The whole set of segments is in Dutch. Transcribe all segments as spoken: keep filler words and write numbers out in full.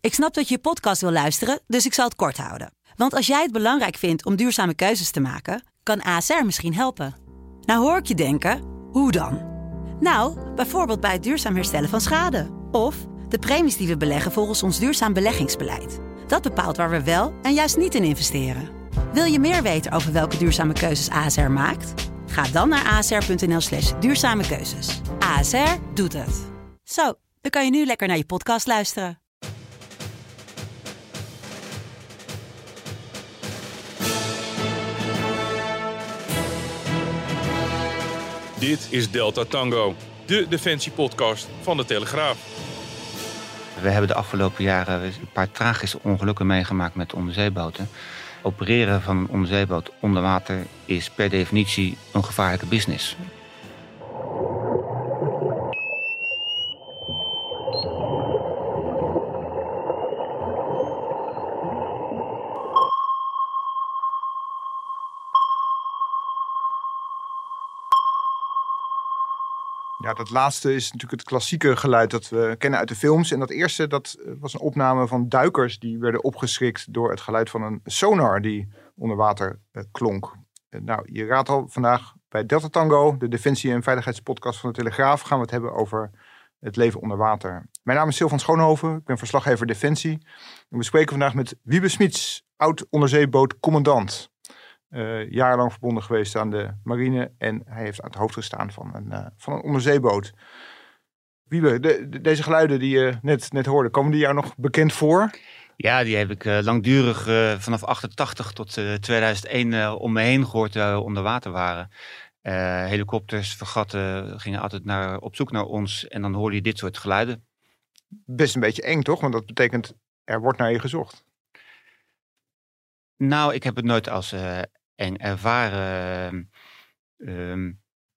Ik snap dat je je podcast wil luisteren, dus ik zal het kort houden. Want als jij het belangrijk vindt om duurzame keuzes te maken, kan A S R misschien helpen. Nou hoor ik je denken, hoe dan? Nou, bijvoorbeeld bij het duurzaam herstellen van schade. Of de premies die we beleggen volgens ons duurzaam beleggingsbeleid. Dat bepaalt waar we wel en juist niet in investeren. Wil je meer weten over welke duurzame keuzes A S R maakt? Ga dan naar asr.nl slash duurzame keuzes. A S R doet het. Zo, dan kan je nu lekker naar je podcast luisteren. Dit is Delta Tango, de defensiepodcast van de Telegraaf. We hebben de afgelopen jaren een paar tragische ongelukken meegemaakt met onderzeeboten. Opereren van een onderzeeboot onder water is per definitie een gevaarlijke business. Ja, dat laatste is natuurlijk het klassieke geluid dat we kennen uit de films. En dat eerste, dat was een opname van duikers die werden opgeschrikt door het geluid van een sonar die onder water uh, klonk. Uh, nou, je raadt al, vandaag bij Delta Tango, de defensie- en veiligheidspodcast van de Telegraaf, gaan we het hebben over het leven onder water. Mijn naam is Sil van Schoonhoven, ik ben verslaggever Defensie. En we spreken vandaag met Wiebe Smits, oud onderzeebootcommandant. Uh, jarenlang verbonden geweest aan de marine en hij heeft aan het hoofd gestaan van een, uh, van een onderzeeboot. Wiebe, de, de, deze geluiden die je net, net hoorde, komen die jou nog bekend voor? Ja, die heb ik uh, langdurig uh, vanaf achtentachtig tot uh, tweeduizend één uh, om me heen gehoord uh, onder water waren. Uh, helikopters, fregatten gingen altijd naar, op zoek naar ons en dan hoorde je dit soort geluiden. Best een beetje eng toch? Want dat betekent er wordt naar je gezocht. Nou, ik heb het nooit als uh, eng ervaren. Uh, um,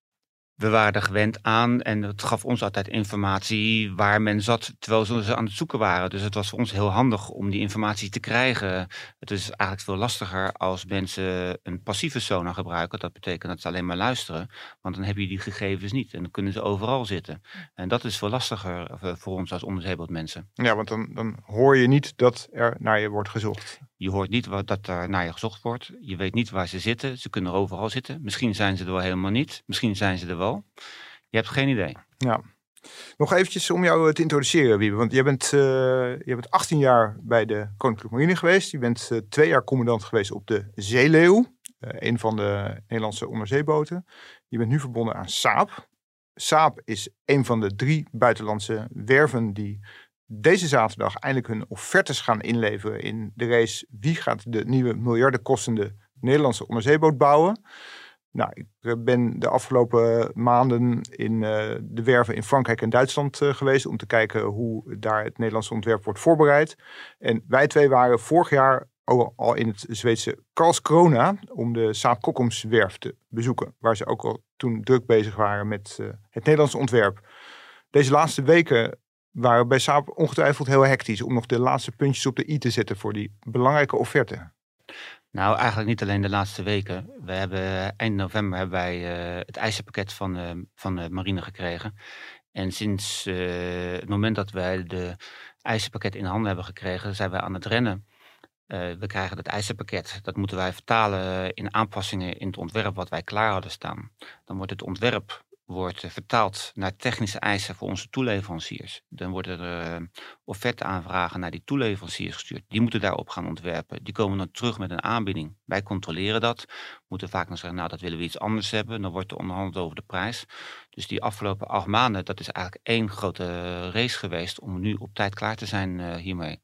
we waren er gewend aan en het gaf ons altijd informatie waar men zat terwijl ze aan het zoeken waren. Dus het was voor ons heel handig om die informatie te krijgen. Het is eigenlijk veel lastiger als mensen een passieve sonar gebruiken. Dat betekent dat ze alleen maar luisteren, want dan heb je die gegevens niet en dan kunnen ze overal zitten. En dat is veel lastiger voor ons als onderzeebootmensen. Ja, want dan, dan hoor je niet dat er naar je wordt gezocht. Je hoort niet wat, dat er naar je gezocht wordt. Je weet niet waar ze zitten. Ze kunnen er overal zitten. Misschien zijn ze er wel helemaal niet. Misschien zijn ze er wel. Je hebt geen idee. Ja. Nog eventjes om jou te introduceren, Wiebe. Want jij bent, uh, je bent achttien jaar bij de Koninklijke Marine geweest. Je bent uh, twee jaar commandant geweest op de Zeeleeuw. Uh, een van de Nederlandse onderzeeboten. Je bent nu verbonden aan Saab. Saab is een van de drie buitenlandse werven die deze zaterdag eindelijk hun offertes gaan inleveren in de race. Wie gaat de nieuwe miljarden kostende Nederlandse onderzeeboot bouwen? Nou, ik ben de afgelopen maanden in uh, de werven in Frankrijk en Duitsland uh, geweest om te kijken hoe daar het Nederlandse ontwerp wordt voorbereid. En wij twee waren vorig jaar al in het Zweedse Karlskrona om de Saab Kockums werf te bezoeken, waar ze ook al toen druk bezig waren met uh, het Nederlandse ontwerp. Deze laatste weken waren bij Saab ongetwijfeld heel hectisch om nog de laatste puntjes op de i te zetten voor die belangrijke offerte. Nou, eigenlijk niet alleen de laatste weken. We hebben eind november hebben wij uh, het eisenpakket van, uh, van de marine gekregen. En sinds uh, het moment dat wij de eisenpakket in handen hebben gekregen, zijn wij aan het rennen. Uh, we krijgen het eisenpakket. Dat moeten wij vertalen in aanpassingen in het ontwerp wat wij klaar hadden staan. Dan wordt het ontwerp wordt uh, vertaald naar technische eisen voor onze toeleveranciers. Dan worden er uh, offerte-aanvragen naar die toeleveranciers gestuurd. Die moeten daarop gaan ontwerpen. Die komen dan terug met een aanbieding. Wij controleren dat. Moeten vaak nog zeggen, nou dat willen we iets anders hebben. Dan wordt er onderhandeld over de prijs. Dus die afgelopen acht maanden, dat is eigenlijk één grote race geweest om nu op tijd klaar te zijn uh, hiermee.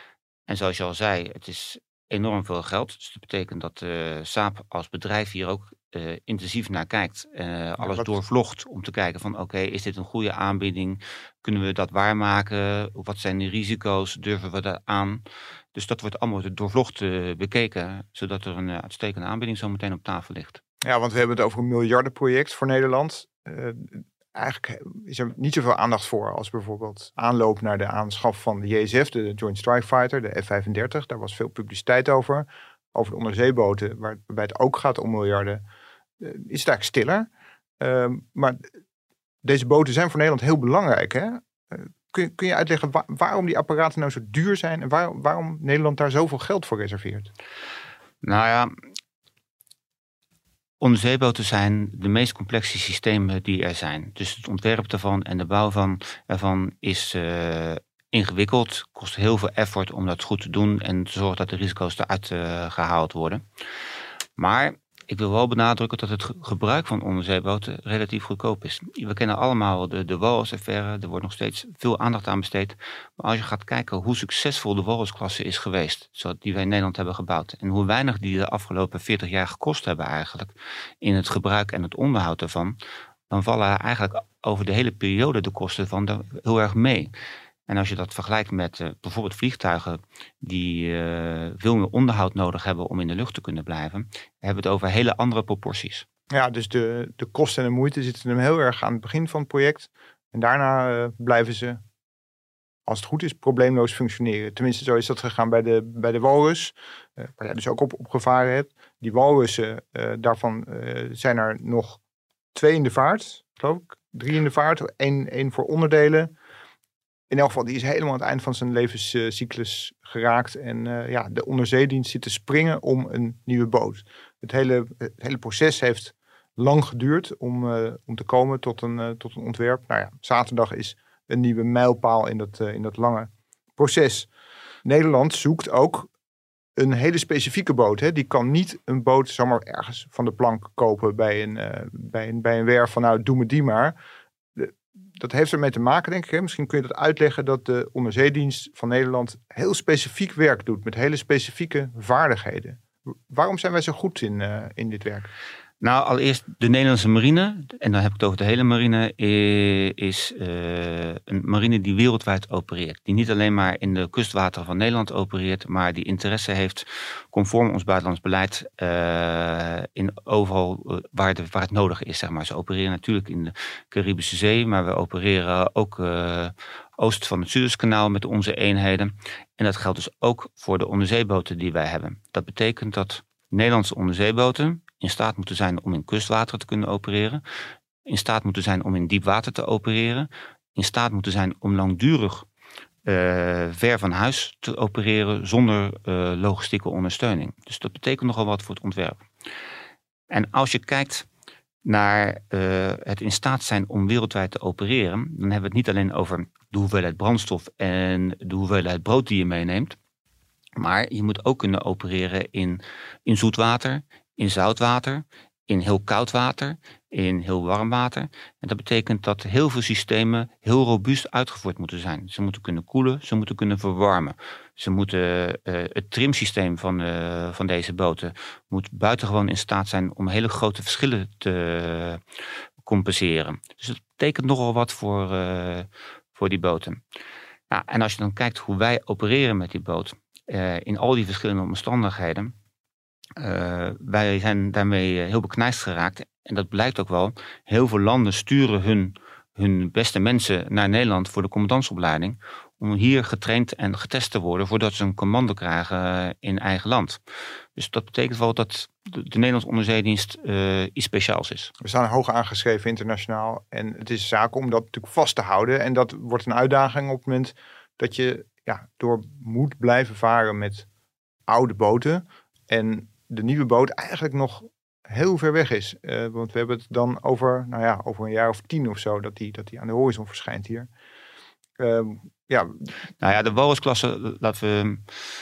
En zoals je al zei, het is enorm veel geld. Dus dat betekent dat uh, Saab als bedrijf hier ook uh, intensief naar kijkt. Uh, alles ja, doorvlogt om te kijken van oké, okay, is dit een goede aanbieding? Kunnen we dat waarmaken? Wat zijn de risico's? Durven we dat aan? Dus dat wordt allemaal doorvlocht uh, bekeken, zodat er een uh, uitstekende aanbieding zo meteen op tafel ligt. Ja, want we hebben het over een miljardenproject voor Nederland. Uh, Eigenlijk is er niet zoveel aandacht voor als bijvoorbeeld aanloop naar de aanschaf van de J S F, de Joint Strike Fighter, de F vijfendertig. Daar was veel publiciteit over. Over de onderzeeboten, waarbij het ook gaat om miljarden, uh, is het eigenlijk stiller. Uh, maar deze boten zijn voor Nederland heel belangrijk. Hè? Uh, kun, kun je uitleggen waar, waarom die apparaten nou zo duur zijn en waar, waarom Nederland daar zoveel geld voor reserveert? Nou ja, onderzeeboten zijn de meest complexe systemen die er zijn. Dus het ontwerp daarvan en de bouw van, ervan is uh, ingewikkeld. Kost heel veel effort om dat goed te doen en te zorgen dat de risico's eruit uh, gehaald worden. Maar ik wil wel benadrukken dat het gebruik van onderzeeboten relatief goedkoop is. We kennen allemaal de, de Walrus-affaire. Er wordt nog steeds veel aandacht aan besteed. Maar als je gaat kijken hoe succesvol de Walrus-klasse is geweest, die wij in Nederland hebben gebouwd, en hoe weinig die de afgelopen veertig jaar gekost hebben eigenlijk in het gebruik en het onderhoud daarvan, dan vallen eigenlijk over de hele periode de kosten van heel erg mee. En als je dat vergelijkt met uh, bijvoorbeeld vliegtuigen die uh, veel meer onderhoud nodig hebben om in de lucht te kunnen blijven, hebben we het over hele andere proporties. Ja, dus de, de kosten en de moeite zitten hem heel erg aan het begin van het project. En daarna uh, blijven ze, als het goed is, probleemloos functioneren. Tenminste, zo is dat gegaan bij de, bij de Walrus, uh, waar jij dus ook op opgevaren hebt. Die Walrussen, uh, daarvan uh, zijn er nog twee in de vaart, geloof ik. Drie in de vaart, één, één voor onderdelen. In elk geval, die is helemaal aan het eind van zijn levenscyclus geraakt. En uh, ja, de onderzeedienst zit te springen om een nieuwe boot. Het hele, het hele proces heeft lang geduurd om, uh, om te komen tot een, uh, tot een ontwerp. Nou ja, zaterdag is een nieuwe mijlpaal in dat, uh, in dat lange proces. Nederland zoekt ook een hele specifieke boot. Hè. Die kan niet een boot zomaar ergens van de plank kopen bij een, uh, bij een, bij een werf van nou, doe me die maar. Dat heeft ermee te maken, denk ik. Hè? Misschien kun je dat uitleggen dat de onderzeedienst van Nederland heel specifiek werk doet met hele specifieke vaardigheden. Waarom zijn wij zo goed in, uh, in dit werk? Nou, allereerst de Nederlandse marine, en dan heb ik het over de hele marine, is uh, een marine die wereldwijd opereert. Die niet alleen maar in de kustwateren van Nederland opereert, maar die interesse heeft, conform ons buitenlands beleid, uh, in overal uh, waar, de, waar het nodig is. Zeg maar. Ze opereren natuurlijk in de Caribische Zee, maar we opereren ook uh, oost van het Suezkanaal met onze eenheden. En dat geldt dus ook voor de onderzeeboten die wij hebben. Dat betekent dat Nederlandse onderzeeboten in staat moeten zijn om in kustwater te kunnen opereren, in staat moeten zijn om in diep water te opereren, in staat moeten zijn om langdurig uh, ver van huis te opereren zonder uh, logistieke ondersteuning. Dus dat betekent nogal wat voor het ontwerp. En als je kijkt naar uh, het in staat zijn om wereldwijd te opereren, dan hebben we het niet alleen over de hoeveelheid brandstof en de hoeveelheid brood die je meeneemt, maar je moet ook kunnen opereren in, in zoet water, in zout water, in heel koud water, in heel warm water. En dat betekent dat heel veel systemen heel robuust uitgevoerd moeten zijn. Ze moeten kunnen koelen, ze moeten kunnen verwarmen. Ze moeten, uh, het trimsysteem van, uh, van deze boten moet buitengewoon in staat zijn om hele grote verschillen te compenseren. Dus dat betekent nogal wat voor, uh, voor die boten. Nou, en als je dan kijkt hoe wij opereren met die boot, uh, in al die verschillende omstandigheden, Uh, wij zijn daarmee heel beknijst geraakt. En dat blijkt ook wel. Heel veel landen sturen hun, hun beste mensen naar Nederland voor de commandantsopleiding, om hier getraind en getest te worden voordat ze een commando krijgen in eigen land. Dus dat betekent wel dat de, de Nederlandse onderzeedienst uh, iets speciaals is. We staan hoog aangeschreven internationaal. En het is zaak om dat natuurlijk vast te houden. En dat wordt een uitdaging op het moment dat je ja, door moet blijven varen met oude boten. En de nieuwe boot eigenlijk nog heel ver weg is. Uh, want we hebben het dan over, nou ja, over een jaar of tien of zo, dat die, dat die aan de horizon verschijnt hier. Uh, ja. Nou ja, de Walrus-klasse, laten we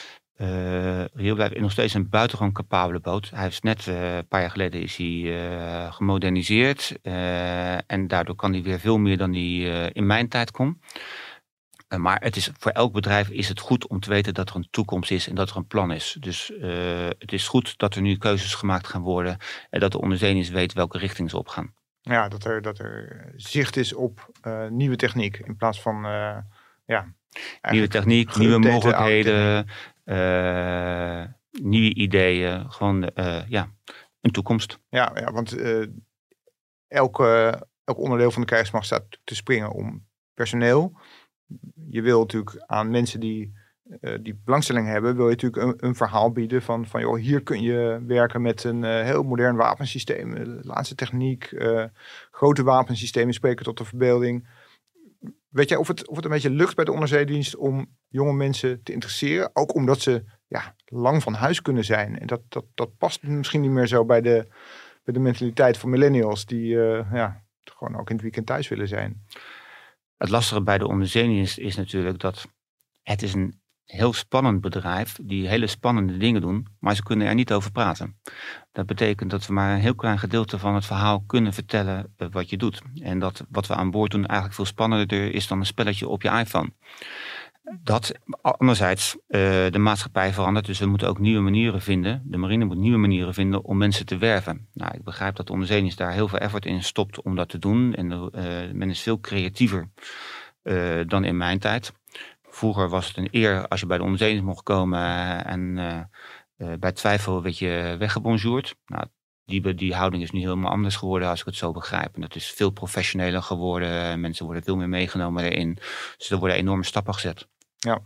uh, reëel blijven, is nog steeds een buitengewoon capabele boot. Hij is net, uh, een paar jaar geleden is hij uh, gemoderniseerd. Uh, en daardoor kan hij weer veel meer dan hij uh, in mijn tijd kon. Uh, maar het is, voor elk bedrijf is het goed om te weten dat er een toekomst is en dat er een plan is. Dus uh, het is goed dat er nu keuzes gemaakt gaan worden en dat de onderzeedienst weet welke richting ze op gaan. Ja, dat er, dat er zicht is op uh, nieuwe techniek in plaats van uh, ja, nieuwe techniek, nieuwe mogelijkheden, uh, nieuwe ideeën, gewoon uh, ja, een toekomst. Ja, ja want uh, elk, uh, elk onderdeel van de krijgsmacht staat te springen om personeel. Je wil natuurlijk aan mensen die, uh, die belangstelling hebben, wil je natuurlijk een, een verhaal bieden van, van joh, hier kun je werken met een uh, heel modern wapensysteem, uh, laatste techniek, uh, grote wapensystemen spreken tot de verbeelding. weet jij of het, of het een beetje lukt bij de onderzeedienst om jonge mensen te interesseren? Ook omdat ze ja, lang van huis kunnen zijn. En dat, dat, dat past misschien niet meer zo bij de, bij de mentaliteit van millennials die uh, ja, gewoon ook in het weekend thuis willen zijn. Het lastige bij de onderzeedienst is natuurlijk dat het is een heel spannend bedrijf die hele spannende dingen doen, maar ze kunnen er niet over praten. Dat betekent dat we maar een heel klein gedeelte van het verhaal kunnen vertellen uh, wat je doet. En dat wat we aan boord doen eigenlijk veel spannender is dan een spelletje op je iPhone. Dat anderzijds uh, de maatschappij verandert, dus we moeten ook nieuwe manieren vinden. De marine moet nieuwe manieren vinden om mensen te werven. Nou, ik begrijp dat de onderzeedienst daar heel veel effort in stopt om dat te doen. En uh, men is veel creatiever uh, dan in mijn tijd. Vroeger was het een eer als je bij de onderzeedienst mocht komen en uh, uh, bij twijfel werd je weggebonjourd. Nou, die, die houding is nu helemaal anders geworden als ik het zo begrijp. En dat is veel professioneler geworden. Mensen worden veel meer meegenomen erin. Dus er worden enorme stappen gezet. Ja.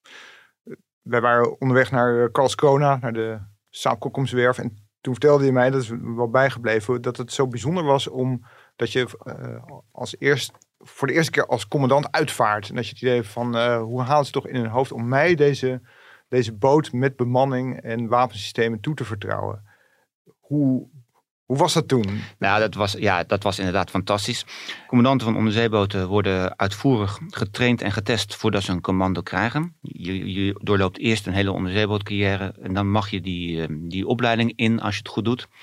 Wij waren onderweg naar Karlskrona, naar de Saab Kockumswerf. En toen vertelde je mij, dat is wel bijgebleven, dat het zo bijzonder was om dat je uh, als eerst, voor de eerste keer als commandant uitvaart. En dat je het idee van, uh, hoe halen ze toch in hun hoofd om mij deze, deze boot met bemanning en wapensystemen toe te vertrouwen? Hoe, hoe was dat toen? Nou, dat was, ja, dat was inderdaad fantastisch. Commandanten van onderzeeboten worden uitvoerig getraind en getest voordat ze een commando krijgen. Je, je doorloopt eerst een hele onderzeebootcarrière en dan mag je die, die opleiding in als je het goed doet.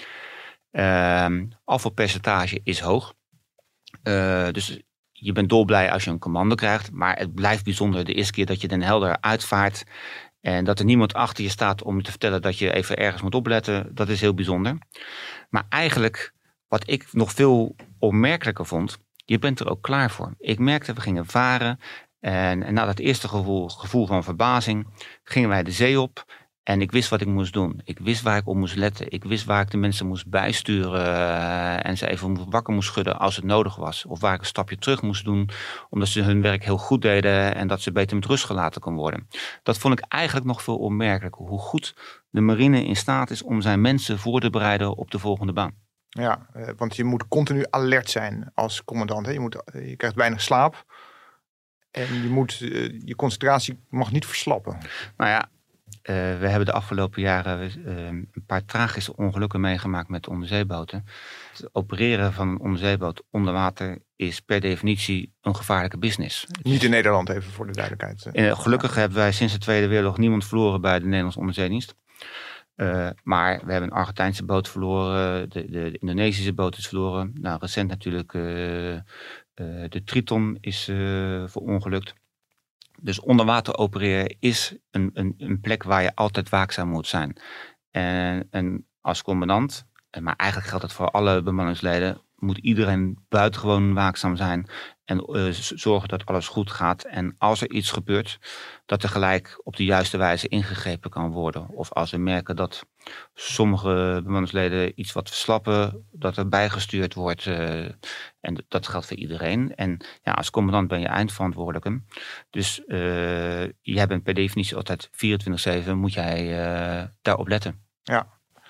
Uh, afvalpercentage is hoog. Uh, dus je bent dolblij als je een commando krijgt, maar het blijft bijzonder de eerste keer dat je Den Helder uitvaart. En dat er niemand achter je staat om je te vertellen dat je even ergens moet opletten, dat is heel bijzonder. Maar eigenlijk, wat ik nog veel opmerkelijker vond, je bent er ook klaar voor. Ik merkte, we gingen varen en, en na dat eerste gevoel, gevoel van verbazing gingen wij de zee op. En ik wist wat ik moest doen. Ik wist waar ik op moest letten. Ik wist waar ik de mensen moest bijsturen uh, en ze even wakker moest schudden als het nodig was. Of waar ik een stapje terug moest doen, omdat ze hun werk heel goed deden en dat ze beter met rust gelaten kon worden. Dat vond ik eigenlijk nog veel opmerkelijker. Hoe goed de marine in staat is om zijn mensen voor te bereiden op de volgende baan. Ja, uh, want je moet continu alert zijn als commandant. Hè? Je, moet, je krijgt weinig slaap en je, moet, uh, je concentratie mag niet verslappen. Nou ja. Uh, we hebben de afgelopen jaren uh, een paar tragische ongelukken meegemaakt met onderzeeboten. Het opereren van een onderzeeboot onder water is per definitie een gevaarlijke business. Niet in Nederland, even voor de duidelijkheid. Uh, gelukkig hebben wij sinds de Tweede Wereldoorlog niemand verloren bij de Nederlandse onderzeedienst. Uh, maar we hebben een Argentijnse boot verloren, de, de, de Indonesische boot is verloren. Nou, recent natuurlijk uh, uh, de Triton is uh, verongelukt. Dus onder water opereren is een, een, een plek waar je altijd waakzaam moet zijn. En, en als commandant, maar eigenlijk geldt het voor alle bemanningsleden, moet iedereen buitengewoon waakzaam zijn en uh, zorgen dat alles goed gaat. En als er iets gebeurt, dat er gelijk op de juiste wijze ingegrepen kan worden. Of als we merken dat sommige bemanningsleden iets wat verslappen, dat er bijgestuurd wordt. Uh, en dat geldt voor iedereen. En ja, als commandant ben je eindverantwoordelijke. Dus uh, jij bent per definitie altijd vierentwintig zeven, moet jij uh, daarop letten. Ja.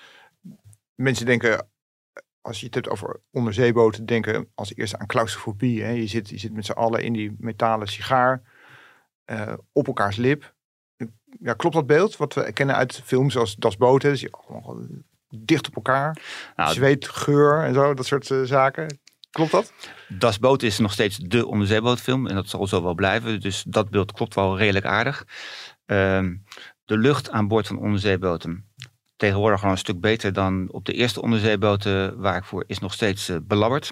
Mensen denken, als je het hebt over onderzeeboten, denken als eerste aan claustrofobie. Hè? Je zit, je zit met z'n allen in die metalen sigaar, uh, op elkaars lip. Ja, klopt dat beeld? Wat we kennen uit films zoals Das Boot. Hè? Dus je allemaal dicht op elkaar. Nou, zweet, geur en zo, dat soort uh, zaken. Klopt dat? Das Boot is nog steeds de onderzeebootfilm en dat zal zo wel blijven. Dus dat beeld klopt wel redelijk aardig. Uh, de lucht aan boord van onderzeeboten, tegenwoordig gewoon een stuk beter dan op de eerste onderzeeboten waar ik voor is nog steeds uh, belabberd.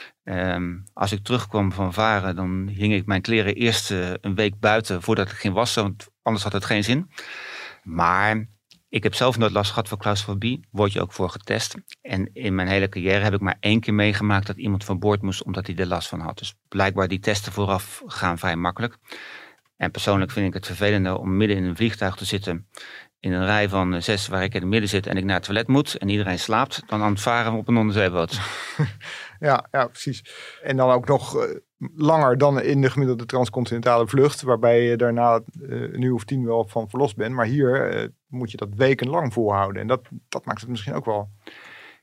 Um, als ik terugkwam van varen, dan hing ik mijn kleren eerst uh, een week buiten voordat ik ging wassen, want anders had het geen zin. Maar ik heb zelf nooit last gehad van claustrofobie, word je ook voor getest. En in mijn hele carrière heb ik maar één keer meegemaakt dat iemand van boord moest omdat hij er last van had. Dus blijkbaar die testen vooraf gaan vrij makkelijk. En persoonlijk vind ik het vervelender om midden in een vliegtuig te zitten in een rij van zes waar ik in het midden zit en ik naar het toilet moet en iedereen slaapt, dan aan het varen op een onderzeeboot. Ja, ja, precies. En dan ook nog uh, langer dan in de gemiddelde transcontinentale vlucht, waarbij je daarna uh, een uur of tien wel van verlost bent. Maar hier uh, moet je dat wekenlang volhouden. En dat, dat maakt het misschien ook wel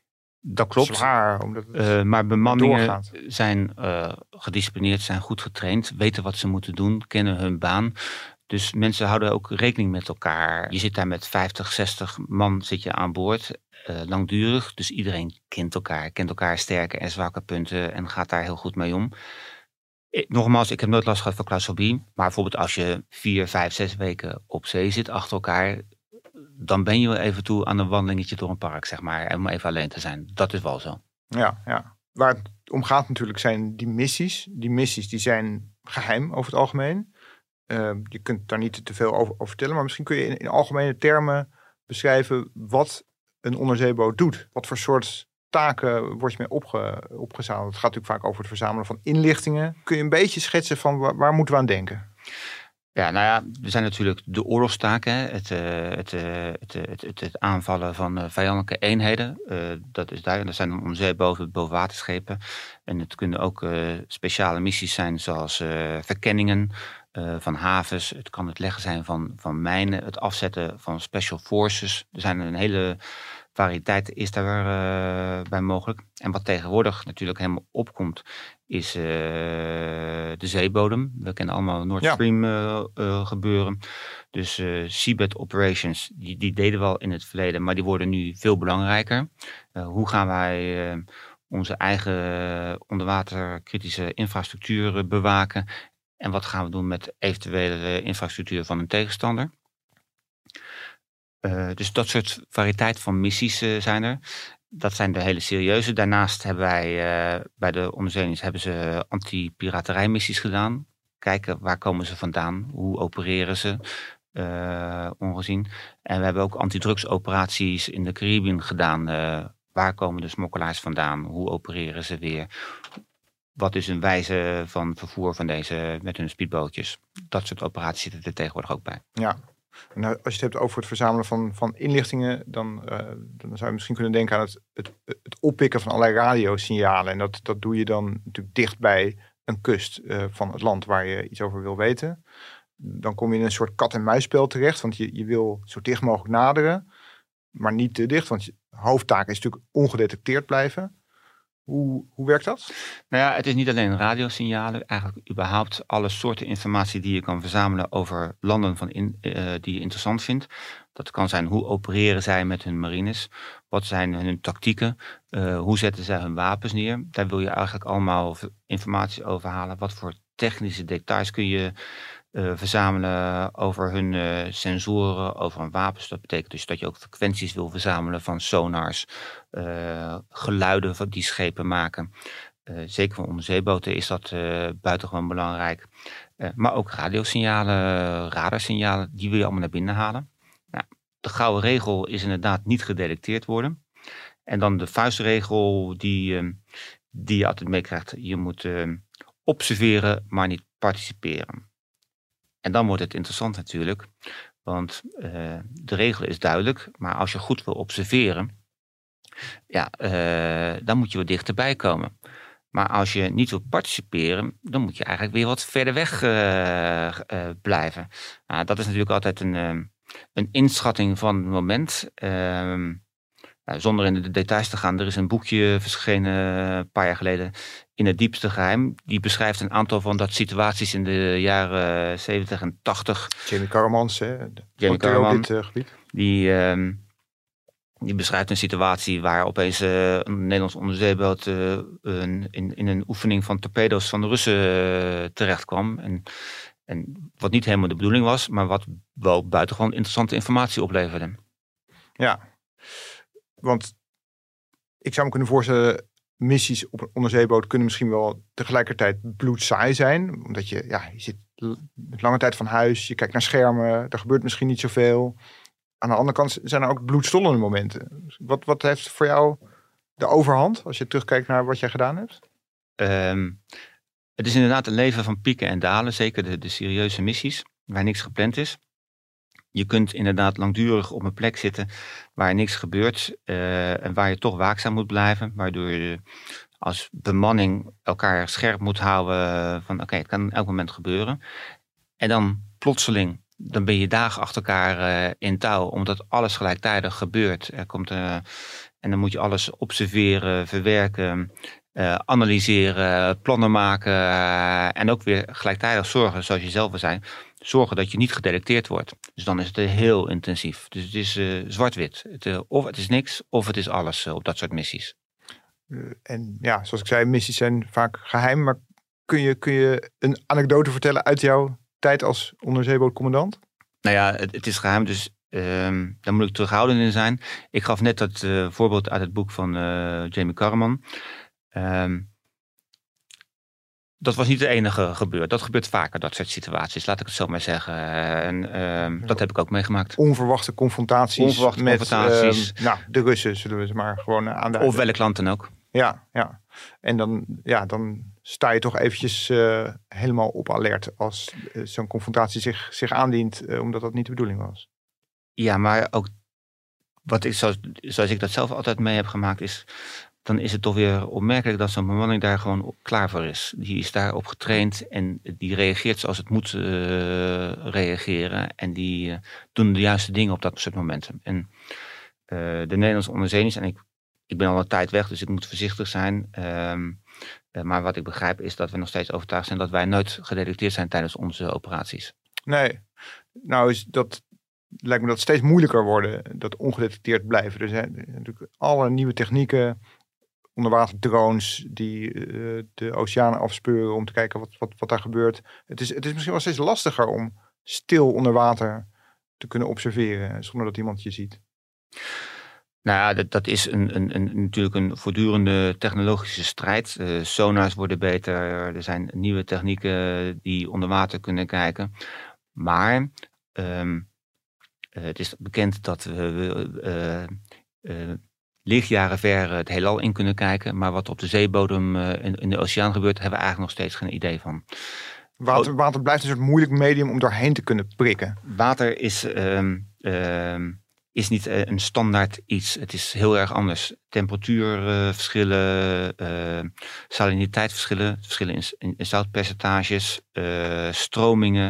Dat klopt. Zwaar, omdat het uh, maar bemanningen doorgaat. zijn uh, gedisciplineerd, zijn goed getraind, weten wat ze moeten doen, kennen hun baan. Dus mensen houden ook rekening met elkaar. Je zit daar met vijftig, zestig man zit je aan boord, uh, langdurig. Dus iedereen kent elkaar, kent elkaar sterke en zwakke punten en gaat daar heel goed mee om. Ik, nogmaals, ik heb nooit last gehad van claustrofobie. Maar bijvoorbeeld als je vier, vijf, zes weken op zee zit achter elkaar, dan ben je wel even toe aan een wandelingetje door een park, zeg maar. Om even alleen te zijn. Dat is wel zo. Ja, ja. Waar het om gaat natuurlijk zijn die missies. Die missies die zijn geheim over het algemeen. Uh, je kunt daar niet te veel over, over vertellen. Maar misschien kun je in, in algemene termen beschrijven wat een onderzeeboot doet. Wat voor soort taken word je mee opge, opgezadeld? Het gaat natuurlijk vaak over het verzamelen van inlichtingen. Kun je een beetje schetsen van waar, waar moeten we aan denken? Ja, nou ja, er zijn natuurlijk de oorlogstaken. Het, uh, het, uh, het, uh, het, het, het aanvallen van uh, vijandelijke eenheden. Uh, dat is duidelijk. Dat zijn dan onderzeeboten, bovenwaterschepen. En het kunnen ook uh, speciale missies zijn zoals uh, verkenningen uh, van havens. Het kan het leggen zijn van, van mijnen. Het afzetten van special forces. Er zijn een hele variëteit is daar uh, bij mogelijk. En wat tegenwoordig natuurlijk helemaal opkomt, is uh, de zeebodem. We kennen allemaal Nord Stream uh, uh, gebeuren. Dus uh, seabed operations, die, die deden we al in het verleden, maar die worden nu veel belangrijker. Uh, hoe gaan wij uh, onze eigen onderwaterkritische infrastructuur bewaken? En wat gaan we doen met eventuele infrastructuur van een tegenstander? Uh, dus dat soort variëteit van missies uh, zijn er. Dat zijn de hele serieuze. Daarnaast hebben wij uh, bij de onderzeeërs hebben ze anti-piraterijmissies gedaan. Kijken waar komen ze vandaan, hoe opereren ze, uh, ongezien. En we hebben ook antidrugsoperaties in de Caribbean gedaan. Uh, waar komen de smokkelaars vandaan, hoe opereren ze weer? Wat is een wijze van vervoer van deze met hun speedbootjes? Dat soort operaties zitten er tegenwoordig ook bij. Ja. Nou, als je het hebt over het verzamelen van, van inlichtingen, dan, uh, dan zou je misschien kunnen denken aan het, het, het oppikken van allerlei radiosignalen. En dat, dat doe je dan natuurlijk dicht bij een kust uh, van het land waar je iets over wil weten. Dan kom je in een soort kat-en-muisspel terecht, want je, je wil zo dicht mogelijk naderen, maar niet te dicht, want je hoofdtaak is natuurlijk ongedetecteerd blijven. Hoe, hoe werkt dat? Nou ja, het is niet alleen radiosignalen. Eigenlijk überhaupt alle soorten informatie die je kan verzamelen over landen van in, uh, die je interessant vindt. Dat kan zijn hoe opereren zij met hun marines. Wat zijn hun tactieken? Uh, hoe zetten zij hun wapens neer? Daar wil je eigenlijk allemaal informatie over halen. Wat voor technische details kun je uh, verzamelen over hun uh, sensoren, over hun wapens. Dat betekent dus dat je ook frequenties wil verzamelen van sonars, uh, geluiden van die schepen maken. Uh, zeker voor onderzeeboten is dat uh, buitengewoon belangrijk. Uh, maar ook radiosignalen, radarsignalen, die wil je allemaal naar binnen halen. Nou, de gouden regel is inderdaad niet gedetecteerd worden. En dan de vuistregel die, uh, die je altijd meekrijgt. Je moet uh, observeren, maar niet participeren. En dan wordt het interessant natuurlijk. Want uh, de regel is duidelijk. Maar als je goed wil observeren, ja, uh, dan moet je wat dichterbij komen. Maar als je niet wilt participeren, dan moet je eigenlijk weer wat verder weg uh, uh, blijven. Nou, dat is natuurlijk altijd een, uh, een inschatting van het moment. Uh, nou, zonder in de details te gaan, er is een boekje verschenen een paar jaar geleden, In het diepste geheim. Die beschrijft een aantal van dat situaties in de jaren zeventig en tachtig. Jamie Caramans, hè? Jamie Caraman, dit uh, gebied. Die... Uh, Die beschrijft een situatie waar opeens uh, een Nederlands onderzeeboot uh, een, in, in een oefening van torpedo's van de Russen uh, terecht kwam. En, en wat niet helemaal de bedoeling was, maar wat wel buitengewoon interessante informatie opleverde. Ja, want ik zou me kunnen voorstellen, missies op een onderzeeboot kunnen misschien wel tegelijkertijd bloedsaai zijn. Omdat je, ja, je zit met lange tijd van huis, je kijkt naar schermen, er gebeurt misschien niet zoveel. Aan de andere kant zijn er ook bloedstollende momenten. Wat, wat heeft voor jou de overhand als je terugkijkt naar wat jij gedaan hebt? Um, het is inderdaad een leven van pieken en dalen. Zeker de, de serieuze missies waar niks gepland is. Je kunt inderdaad langdurig op een plek zitten waar niks gebeurt. Uh, en waar je toch waakzaam moet blijven. Waardoor je als bemanning elkaar scherp moet houden van oké, okay, het kan elk moment gebeuren. En dan plotseling dan ben je dagen achter elkaar uh, in touw, omdat alles gelijktijdig gebeurt. Er komt, uh, en dan moet je alles observeren, verwerken, uh, analyseren, plannen maken uh, en ook weer gelijktijdig zorgen, zoals je zelf al zei, zorgen dat je niet gedetecteerd wordt. Dus dan is het heel intensief. Dus het is uh, zwart-wit. Het, uh, of het is niks, of het is alles uh, op dat soort missies. Uh, en ja, zoals ik zei, missies zijn vaak geheim, maar kun je, kun je een anekdote vertellen uit jouw tijd als onderzeebootcommandant? Nou ja, het, het is geheim, dus um, daar moet ik terughoudend in zijn. Ik gaf net dat uh, voorbeeld uit het boek van uh, Jamie Carman. Um, dat was niet het enige gebeurd. Dat gebeurt vaker, dat soort situaties, laat ik het zo maar zeggen. En um, ja, dat heb ik ook meegemaakt. Onverwachte confrontaties, Onverwachte met confrontaties. Uh, nou, de Russen, zullen we ze maar gewoon aanduiden. Of welk land dan ook. Ja, ja. En dan, ja, dan sta je toch eventjes uh, helemaal op alert als uh, zo'n confrontatie zich, zich aandient, uh, omdat dat niet de bedoeling was. Ja, maar ook wat ik, zoals, zoals ik dat zelf altijd mee heb gemaakt, is dan is het toch weer opmerkelijk dat zo'n bemanning daar gewoon op klaar voor is. Die is daarop getraind en die reageert zoals het moet uh, reageren. En die uh, doen de juiste dingen op dat soort momenten. En uh, de Nederlandse onderzeeërs, en ik, ik ben al een tijd weg, dus ik moet voorzichtig zijn. Um, uh, maar wat ik begrijp is dat we nog steeds overtuigd zijn dat wij nooit gedetecteerd zijn tijdens onze operaties. Nee, nou is dat, lijkt me dat steeds moeilijker worden, dat ongedetecteerd blijven. Er zijn natuurlijk alle nieuwe technieken, onderwaterdrones die uh, de oceanen afspeuren om te kijken wat, wat, wat daar gebeurt. Het is, het is misschien wel steeds lastiger om stil onder water te kunnen observeren zonder dat iemand je ziet. Nou ja, dat, dat is een, een, een, natuurlijk een voortdurende technologische strijd. Uh, sonars worden beter, er zijn nieuwe technieken die onder water kunnen kijken. Maar um, uh, het is bekend dat we uh, uh, lichtjaren ver het heelal in kunnen kijken. Maar wat op de zeebodem uh, in, in de oceaan gebeurt, hebben we eigenlijk nog steeds geen idee van. Water, water blijft een soort moeilijk medium om doorheen te kunnen prikken. Water is... Um, um, is niet uh, een standaard iets. Het is heel erg anders. Temperatuurverschillen, uh, uh, saliniteitsverschillen, verschillen in, in, in zoutpercentages, uh, stromingen,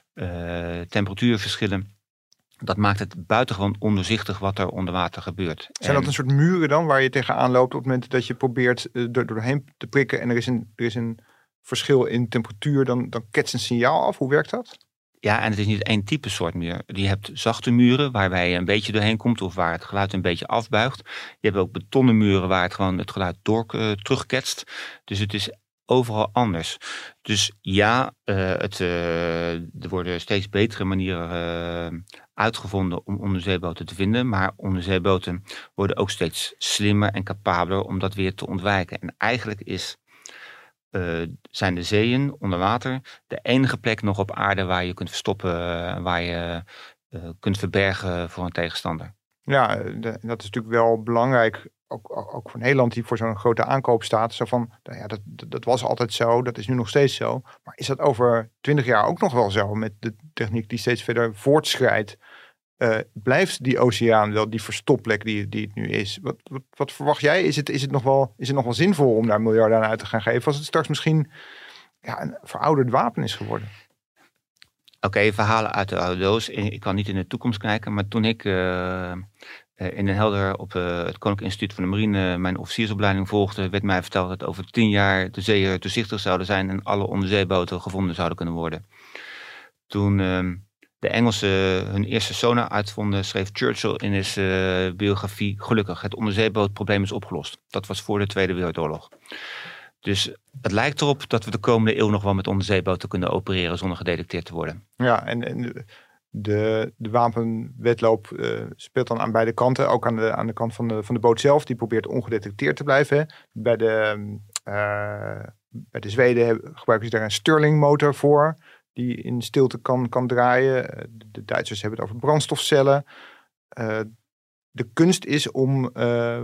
uh, temperatuurverschillen. Dat maakt het buitengewoon ondoorzichtig wat er onder water gebeurt. Zijn dat een soort muren dan waar je tegenaan loopt op het moment dat je probeert uh, door, doorheen te prikken en er is een, er is een verschil in temperatuur, dan, dan ketst een signaal af? Hoe werkt dat? Ja, en het is niet één type soort muur. Je hebt zachte muren waarbij je een beetje doorheen komt of waar het geluid een beetje afbuigt. Je hebt ook betonnen muren waar het gewoon het geluid door uh, terugketst. Dus het is overal anders. Dus ja, uh, het, uh, er worden steeds betere manieren uh, uitgevonden om onderzeeboten te vinden. Maar onderzeeboten worden ook steeds slimmer en capabeler om dat weer te ontwijken. En eigenlijk is... Uh, zijn de zeeën onder water de enige plek nog op aarde waar je kunt verstoppen, uh, waar je uh, kunt verbergen voor een tegenstander. Ja, de, dat is natuurlijk wel belangrijk, ook, ook voor Nederland die voor zo'n grote aankoop staat. Zo van, nou ja, dat, dat was altijd zo, dat is nu nog steeds zo. Maar is dat over twintig jaar ook nog wel zo met de techniek die steeds verder voortschrijdt? Uh, blijft die oceaan wel die verstopplek die, die het nu is? Wat, wat, wat verwacht jij? Is het, is, het nog wel, is het nog wel zinvol om daar miljarden aan uit te gaan geven? Als het straks misschien ja, een verouderd wapen is geworden? Oké, okay, verhalen uit de oude doos. Ik kan niet in de toekomst kijken. Maar toen ik uh, in Den Helder op uh, het Koninklijk Instituut van de Marine mijn officiersopleiding volgde, werd mij verteld dat over tien jaar de zeeën doorzichtig zouden zijn en alle onderzeeboten gevonden zouden kunnen worden. Toen... Uh, de Engelsen hun eerste sonar uitvonden, schreef Churchill in zijn uh, biografie: gelukkig, het onderzeebootprobleem is opgelost. Dat was voor de Tweede Wereldoorlog. Dus het lijkt erop dat we de komende eeuw nog wel met onderzeeboten kunnen opereren zonder gedetecteerd te worden. Ja, en, en de, de wapenwetloop uh, speelt dan aan beide kanten. Ook aan de, aan de kant van de, van de boot zelf. Die probeert ongedetecteerd te blijven. Hè. Bij de, uh, bij de Zweden gebruiken ze daar een Stirling motor voor, die in stilte kan, kan draaien. De Duitsers hebben het over brandstofcellen. Uh, de kunst is om uh,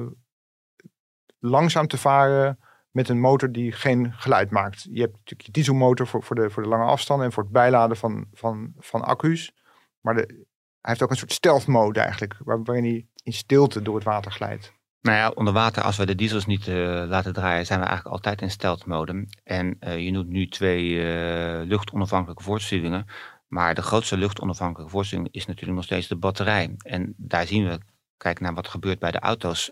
langzaam te varen met een motor die geen geluid maakt. Je hebt natuurlijk je dieselmotor voor, voor, de, voor de lange afstanden en voor het bijladen van, van, van accu's. Maar de, hij heeft ook een soort stealth mode eigenlijk, waar, waarin hij in stilte door het water glijdt. Nou ja, onder water, als we de diesels niet uh, laten draaien, zijn we eigenlijk altijd in stealth mode. En uh, je noemt nu twee uh, luchtonafhankelijke voortstuwingen. Maar de grootste luchtonafhankelijke voorstelling is natuurlijk nog steeds de batterij. En daar zien we, kijk naar wat er gebeurt bij de auto's,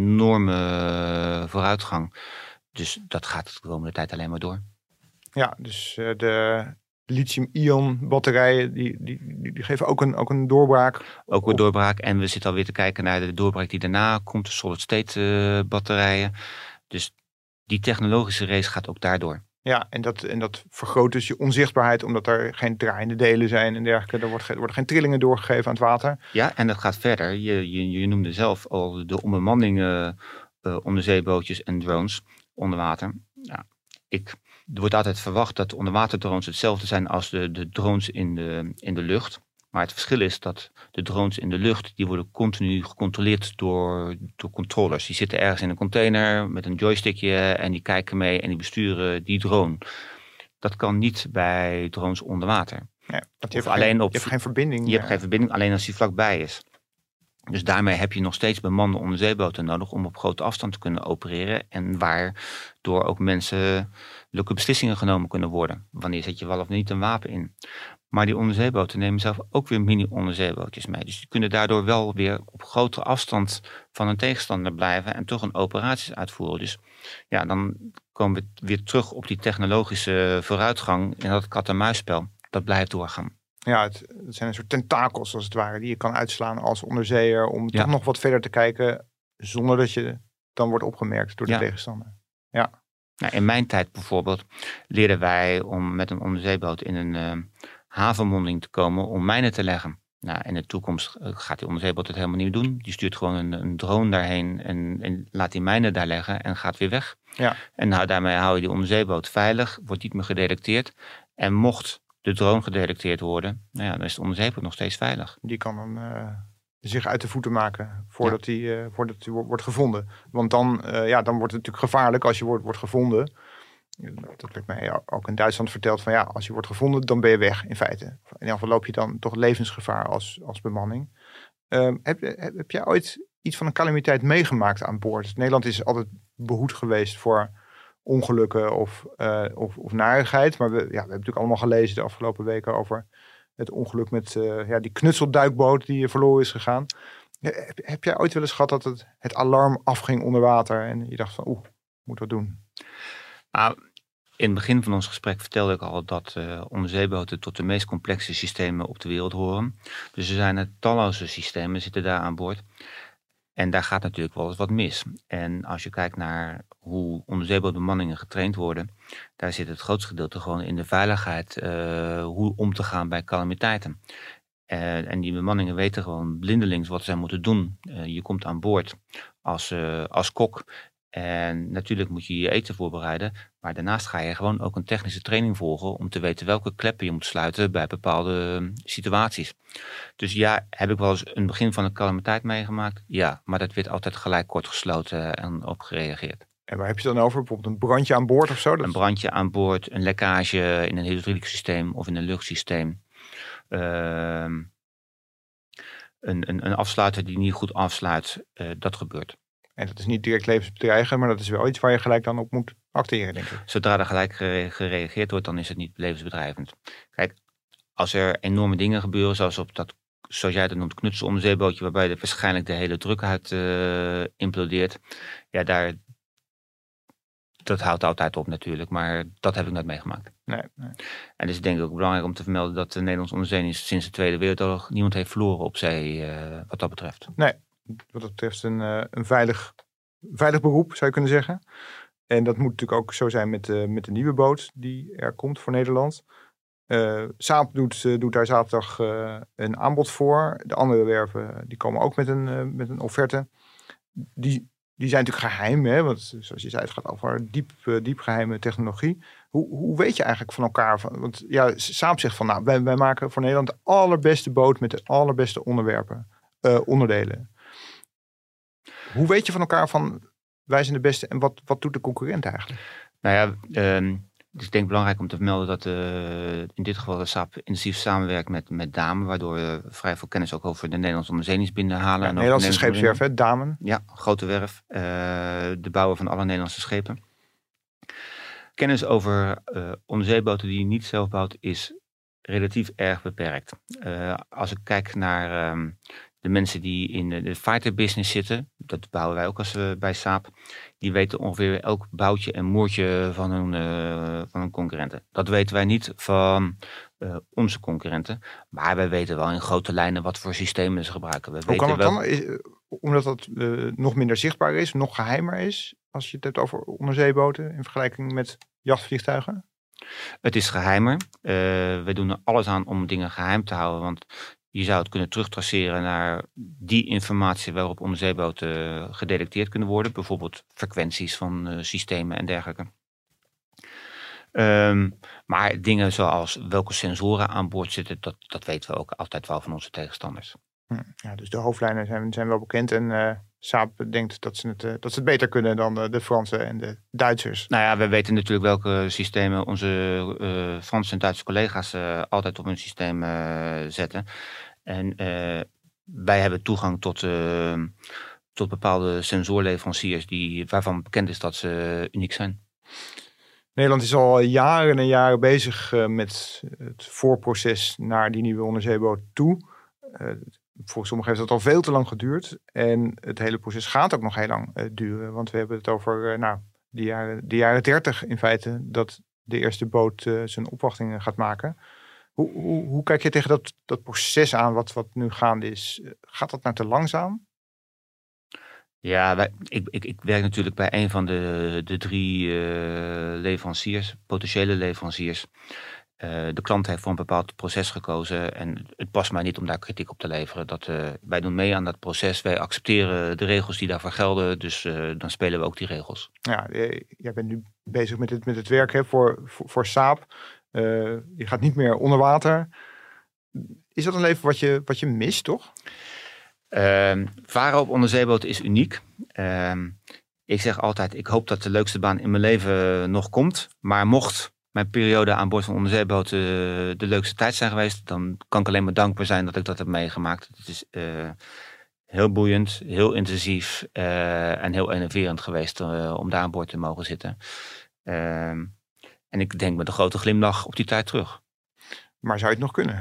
enorme vooruitgang. Dus dat gaat de komende tijd alleen maar door. Ja, dus uh, de lithium-ion batterijen, die, die, die geven ook een, ook een doorbraak. Ook een doorbraak. En we zitten alweer te kijken naar de doorbraak die daarna komt, de solid-state uh, batterijen. Dus die technologische race gaat ook daardoor. Ja, en dat, en dat vergroot dus je onzichtbaarheid, omdat er geen draaiende delen zijn en dergelijke. Er, wordt ge, er worden geen trillingen doorgegeven aan het water. Ja, en dat gaat verder. Je, je, je noemde zelf al de onbemanning uh, uh, onderzeebootjes en drones onder water. Ja, ik, er wordt altijd verwacht dat onderwaterdrones hetzelfde zijn als de, de drones in de, in de lucht. Maar het verschil is dat de drones in de lucht, die worden continu gecontroleerd door, door controllers. Die zitten ergens in een container met een joystickje en die kijken mee en die besturen die drone. Dat kan niet bij drones onder water. Ja, want je, of hebt alleen geen, op, je hebt geen verbinding. Je hebt geen verbinding, alleen als die vlakbij is. Dus daarmee heb je nog steeds bemande onderzeeboten nodig om op grote afstand te kunnen opereren. En waardoor ook menselijke beslissingen genomen kunnen worden. Wanneer zet je wel of niet een wapen in. Maar die onderzeeboten nemen zelf ook weer mini-onderzeebootjes mee. Dus die kunnen daardoor wel weer op grotere afstand van een tegenstander blijven en toch een operaties uitvoeren. Dus ja, dan komen we weer terug op die technologische vooruitgang en dat kat-en-muisspel. Dat blijft doorgaan. Ja, het, het zijn een soort tentakels als het ware die je kan uitslaan als onderzeeër om Ja. toch nog wat verder te kijken zonder dat je dan wordt opgemerkt door de Ja. tegenstander. Ja. Nou, in mijn tijd bijvoorbeeld leerden wij om met een onderzeeboot in een uh, havenmonding te komen om mijnen te leggen. Nou, in de toekomst gaat die onderzeeboot het helemaal niet meer doen. Die stuurt gewoon een, een drone daarheen en, en laat die mijnen daar leggen en gaat weer weg. Ja. En nou, daarmee hou je die onderzeeboot veilig, wordt niet meer gedetecteerd. En mocht de drone gedetecteerd worden, nou ja, dan is de onderzeeboot nog steeds veilig. Die kan dan uh, zich uit de voeten maken voordat hij ja. uh, voordat hij wordt gevonden. Want dan, uh, ja, dan wordt het natuurlijk gevaarlijk als je wordt, wordt gevonden. Dat werd mij ook in Duitsland verteld van ja, als je wordt gevonden, dan ben je weg in feite. In ieder geval loop je dan toch levensgevaar als, als bemanning. Uh, heb, heb, heb jij ooit iets van een calamiteit meegemaakt aan boord? Nederland is altijd behoed geweest voor ongelukken of, uh, of, of narigheid. Maar we, ja, we hebben natuurlijk allemaal gelezen de afgelopen weken over het ongeluk met uh, ja, die knutselduikboot die verloren is gegaan. Heb, heb jij ooit wel eens gehad dat het, het alarm afging onder water en je dacht van oeh, moet wat doen? Nou, in het begin van ons gesprek vertelde ik al dat uh, onderzeeboten tot de meest complexe systemen op de wereld horen. Dus er zijn er talloze systemen zitten daar aan boord. En daar gaat natuurlijk wel eens wat mis. En als je kijkt naar hoe onderzeebootbemanningen getraind worden, daar zit het grootste gedeelte gewoon in de veiligheid, uh, hoe om te gaan bij calamiteiten. Uh, en die bemanningen weten gewoon blindelings wat zij moeten doen. Uh, je komt aan boord als, uh, als kok. En natuurlijk moet je je eten voorbereiden. Maar daarnaast ga je gewoon ook een technische training volgen om te weten welke kleppen je moet sluiten bij bepaalde situaties. Dus ja, heb ik wel eens een begin van een calamiteit meegemaakt? Ja, maar dat werd altijd gelijk kort gesloten en op gereageerd. En waar heb je het dan over? Bijvoorbeeld een brandje aan boord of zo? Dat... Een brandje aan boord, een lekkage in een hydrauliek systeem of in een luchtsysteem. Uh, een, een, een afsluiter die niet goed afsluit, uh, dat gebeurt. En dat is niet direct levensbedreigend, maar dat is wel iets waar je gelijk dan op moet acteren, denk ik. Zodra er gelijk gereageerd wordt, dan is het niet levensbedreigend. Kijk, als er enorme dingen gebeuren, zoals op dat, zoals jij dat noemt, knutselonderzeebootje, waarbij er waarschijnlijk de hele druk uit uh, implodeert. Ja, daar, dat houdt altijd op natuurlijk, maar dat heb ik nooit meegemaakt. Nee, nee. En het is denk ik ook belangrijk om te vermelden dat de Nederlandse onderzeeërs sinds de Tweede Wereldoorlog niemand heeft verloren op zee, uh, wat dat betreft. Nee. Wat dat betreft een, uh, een veilig, veilig beroep, zou je kunnen zeggen. En dat moet natuurlijk ook zo zijn met, uh, met de nieuwe boot die er komt voor Nederland. Uh, Saab doet, uh, doet daar zaterdag uh, een aanbod voor. De andere werven die komen ook met een, uh, met een offerte. Die, die zijn natuurlijk geheim, hè? Want zoals je zei, het gaat over diep, uh, diep geheime technologie. Hoe, hoe weet je eigenlijk van elkaar? Van, want ja, Saab zegt van, nou, wij, wij maken voor Nederland de allerbeste boot met de allerbeste onderwerpen, uh, onderdelen. Hoe weet je van elkaar van wij zijn de beste en wat, wat doet de concurrent eigenlijk? Nou ja, uh, het is denk ik belangrijk om te vermelden dat uh, in dit geval de Saab intensief samenwerkt met, met Damen, waardoor we vrij veel kennis ook over de Nederlandse onderzeeërs binnenhalen. Ja, en Nederlandse scheepswerf, hè? Damen. Ja, grote werf. Uh, de bouwer van alle Nederlandse schepen. Kennis over uh, onderzeeboten die je niet zelf bouwt is relatief erg beperkt. Uh, als ik kijk naar um, de mensen die in de, de fighter business zitten, dat bouwen wij ook als uh, bij Saab, die weten ongeveer elk boutje en moertje van hun, uh, van hun concurrenten. Dat weten wij niet van uh, onze concurrenten, maar wij weten wel in grote lijnen wat voor systemen ze gebruiken. We Hoe weten kan het wel... dan? Is, omdat dat uh, nog minder zichtbaar is, nog geheimer is, als je het hebt over onderzeeboten in vergelijking met jachtvliegtuigen? Het is geheimer. Uh, we doen er alles aan om dingen geheim te houden, want je zou het kunnen terugtraceren naar die informatie waarop onderzeeboten gedetecteerd kunnen worden. Bijvoorbeeld frequenties van uh, systemen en dergelijke. Um, maar dingen zoals welke sensoren aan boord zitten, dat, dat weten we ook altijd wel van onze tegenstanders. Ja, dus de hoofdlijnen zijn, zijn wel bekend en uh, Saab denkt dat ze, het, uh, dat ze het beter kunnen dan uh, de Fransen en de Duitsers. Nou ja, we weten natuurlijk welke systemen onze uh, Franse en Duitse collega's uh, altijd op hun systeem uh, zetten. En uh, wij hebben toegang tot, uh, tot bepaalde sensorleveranciers die, waarvan bekend is dat ze uniek zijn. Nederland is al jaren en jaren bezig uh, met het voorproces naar die nieuwe onderzeeboot toe. Uh, Volgens sommigen heeft dat al veel te lang geduurd. En het hele proces gaat ook nog heel lang uh, duren. Want we hebben het over uh, nou, de jaren, de jaren dertig in feite, dat de eerste boot uh, zijn opwachtingen gaat maken. Hoe, hoe, hoe kijk je tegen dat, dat proces aan wat, wat nu gaande is? Gaat dat nou te langzaam? Ja, wij, ik, ik, ik werk natuurlijk bij een van de, de drie uh, leveranciers, potentiële leveranciers. Uh, de klant heeft voor een bepaald proces gekozen en het past mij niet om daar kritiek op te leveren. Dat, uh, wij doen mee aan dat proces, wij accepteren de regels die daarvoor gelden, dus uh, dan spelen we ook die regels. Ja, jij bent nu bezig met het, met het werk hè, voor, voor, voor Saab. Uh, je gaat niet meer onder water. Is dat een leven wat je, wat je mist, toch? Uh, varen op onderzeeboten is uniek. Uh, ik zeg altijd, ik hoop dat de leukste baan in mijn leven nog komt, maar mocht mijn periode aan boord van onderzeeboten de leukste tijd zijn geweest, dan kan ik alleen maar dankbaar zijn dat ik dat heb meegemaakt. Het is uh, heel boeiend, heel intensief uh, en heel enerverend geweest uh, om daar aan boord te mogen zitten. Uh, en ik denk met een grote glimlach op die tijd terug. Maar zou je het nog kunnen?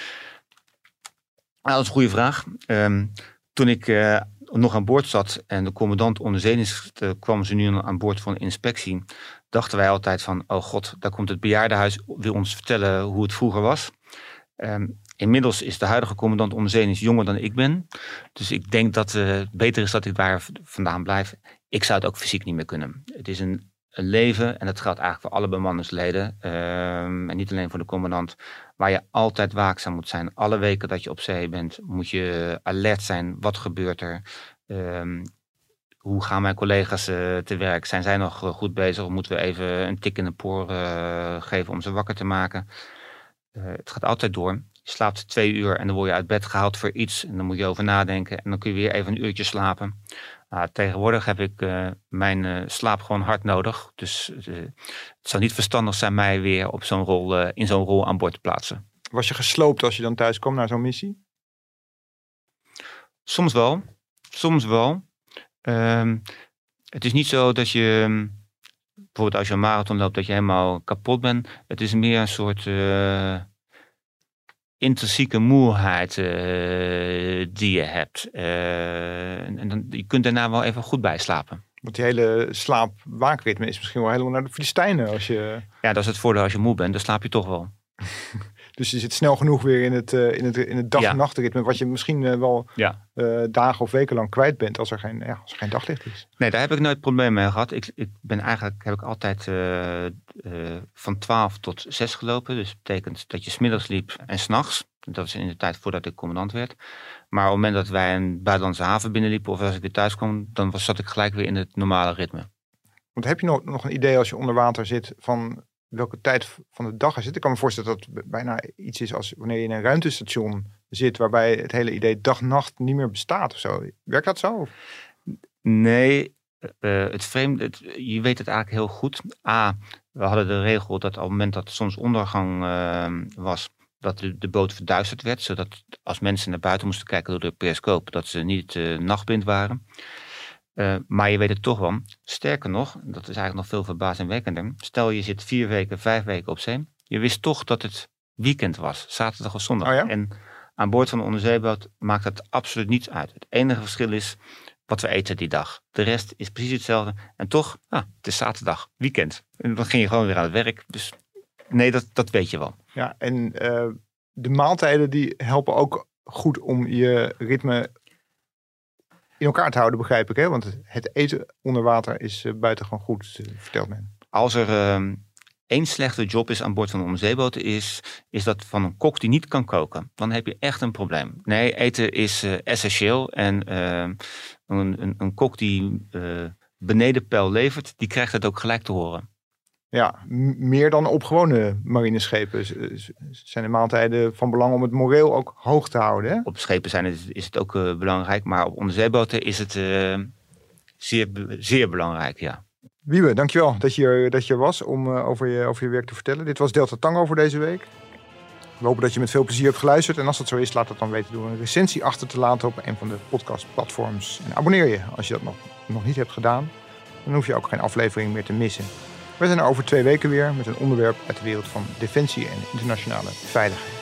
Nou, dat is een goede vraag. Um, toen ik uh, nog aan boord zat en de commandant onderzeedienst uh, kwam ze nu aan boord voor een inspectie, dachten wij altijd van, oh god, daar komt het bejaardenhuis, wil ons vertellen hoe het vroeger was. Um, inmiddels is de huidige commandant onderzeedienst jonger dan ik ben. Dus ik denk dat uh, het beter is dat ik daar vandaan blijf. Ik zou het ook fysiek niet meer kunnen. Het is een, een leven, en dat geldt eigenlijk voor alle bemanningsleden, um, en niet alleen voor de commandant, waar je altijd waakzaam moet zijn. Alle weken dat je op zee bent, moet je alert zijn. Wat gebeurt er? Um, Hoe gaan mijn collega's uh, te werk? Zijn zij nog uh, goed bezig? Of moeten we even een tik in de poor uh, geven om ze wakker te maken? Uh, het gaat altijd door. Je slaapt twee uur en dan word je uit bed gehaald voor iets. En dan moet je over nadenken. En dan kun je weer even een uurtje slapen. Uh, tegenwoordig heb ik uh, mijn uh, slaap gewoon hard nodig. Dus uh, het zou niet verstandig zijn mij weer op zo'n rol, uh, in zo'n rol aan boord te plaatsen. Was je gesloopt als je dan thuis kwam naar zo'n missie? Soms wel. Soms wel. Um, het is niet zo dat je, bijvoorbeeld als je een marathon loopt, dat je helemaal kapot bent. Het is meer een soort uh, intrinsieke moeheid uh, die je hebt. Uh, en, en dan, je kunt daarna wel even goed bijslapen. Want die hele slaap-waakritme is misschien wel helemaal naar de Filistijnen. Als je... Ja, dat is het voordeel als je moe bent, dan slaap je toch wel. Dus je zit snel genoeg weer in het, uh, in het, in het dag- en nachtritme, wat je misschien uh, wel ja. uh, dagen of weken lang kwijt bent als er geen, ja, als er geen daglicht is. Nee, daar heb ik nooit problemen mee gehad. Ik, ik ben eigenlijk, heb ik altijd uh, uh, van twaalf tot zes gelopen. Dus dat betekent dat je 's middags liep en 's nachts. Dat is in de tijd voordat ik commandant werd. Maar op het moment dat wij een buitenlandse haven binnenliepen of als ik weer thuis kwam, dan was, zat ik gelijk weer in het normale ritme. Want heb je nog, nog een idee als je onder water zit van welke tijd van de dag er zit? Ik kan me voorstellen dat het bijna iets is als wanneer je in een ruimtestation zit, waarbij het hele idee dag-nacht niet meer bestaat of zo. Werkt dat zo? Of? Nee, uh, het vreemde, het, je weet het eigenlijk heel goed. A, we hadden de regel dat op het moment dat zonsondergang uh, was, dat de, de boot verduisterd werd, zodat als mensen naar buiten moesten kijken door de periscoop, dat ze niet uh, nachtblind waren. Uh, maar je weet het toch wel. Sterker nog, dat is eigenlijk nog veel verbazingwekkender. Stel je zit vier weken, vijf weken op zee. Je wist toch dat het weekend was. Zaterdag of zondag. Oh ja? En aan boord van de onderzeeboot maakt het absoluut niets uit. Het enige verschil is wat we eten die dag. De rest is precies hetzelfde. En toch, ah, het is zaterdag, weekend. En dan ging je gewoon weer aan het werk. Dus nee, dat, dat weet je wel. Ja, en uh, de maaltijden die helpen ook goed om je ritme in elkaar te houden, begrijp ik. Hè? Want het eten onder water is uh, buitengewoon goed, uh, vertelt men. Als er uh, één slechte job is aan boord van de onderzeeboten is, is dat van een kok die niet kan koken. Dan heb je echt een probleem. Nee, eten is uh, essentieel. En uh, een, een, een kok die uh, beneden peil levert, die krijgt het ook gelijk te horen. Ja, m- meer dan op gewone marineschepen zijn de maaltijden van belang om het moreel ook hoog te houden. Hè? Op schepen zijn het, is het ook uh, belangrijk, maar op onderzeeboten is het uh, zeer, zeer belangrijk, ja. Wiebe, dankjewel dat je, dat je er was om uh, over, je, over je werk te vertellen. Dit was Delta Tango voor deze week. We hopen dat je met veel plezier hebt geluisterd. En als dat zo is, laat het dan weten door een recensie achter te laten op een van de podcastplatforms. En abonneer je als je dat nog, nog niet hebt gedaan. Dan hoef je ook geen aflevering meer te missen. We zijn er over twee weken weer met een onderwerp uit de wereld van defensie en internationale veiligheid.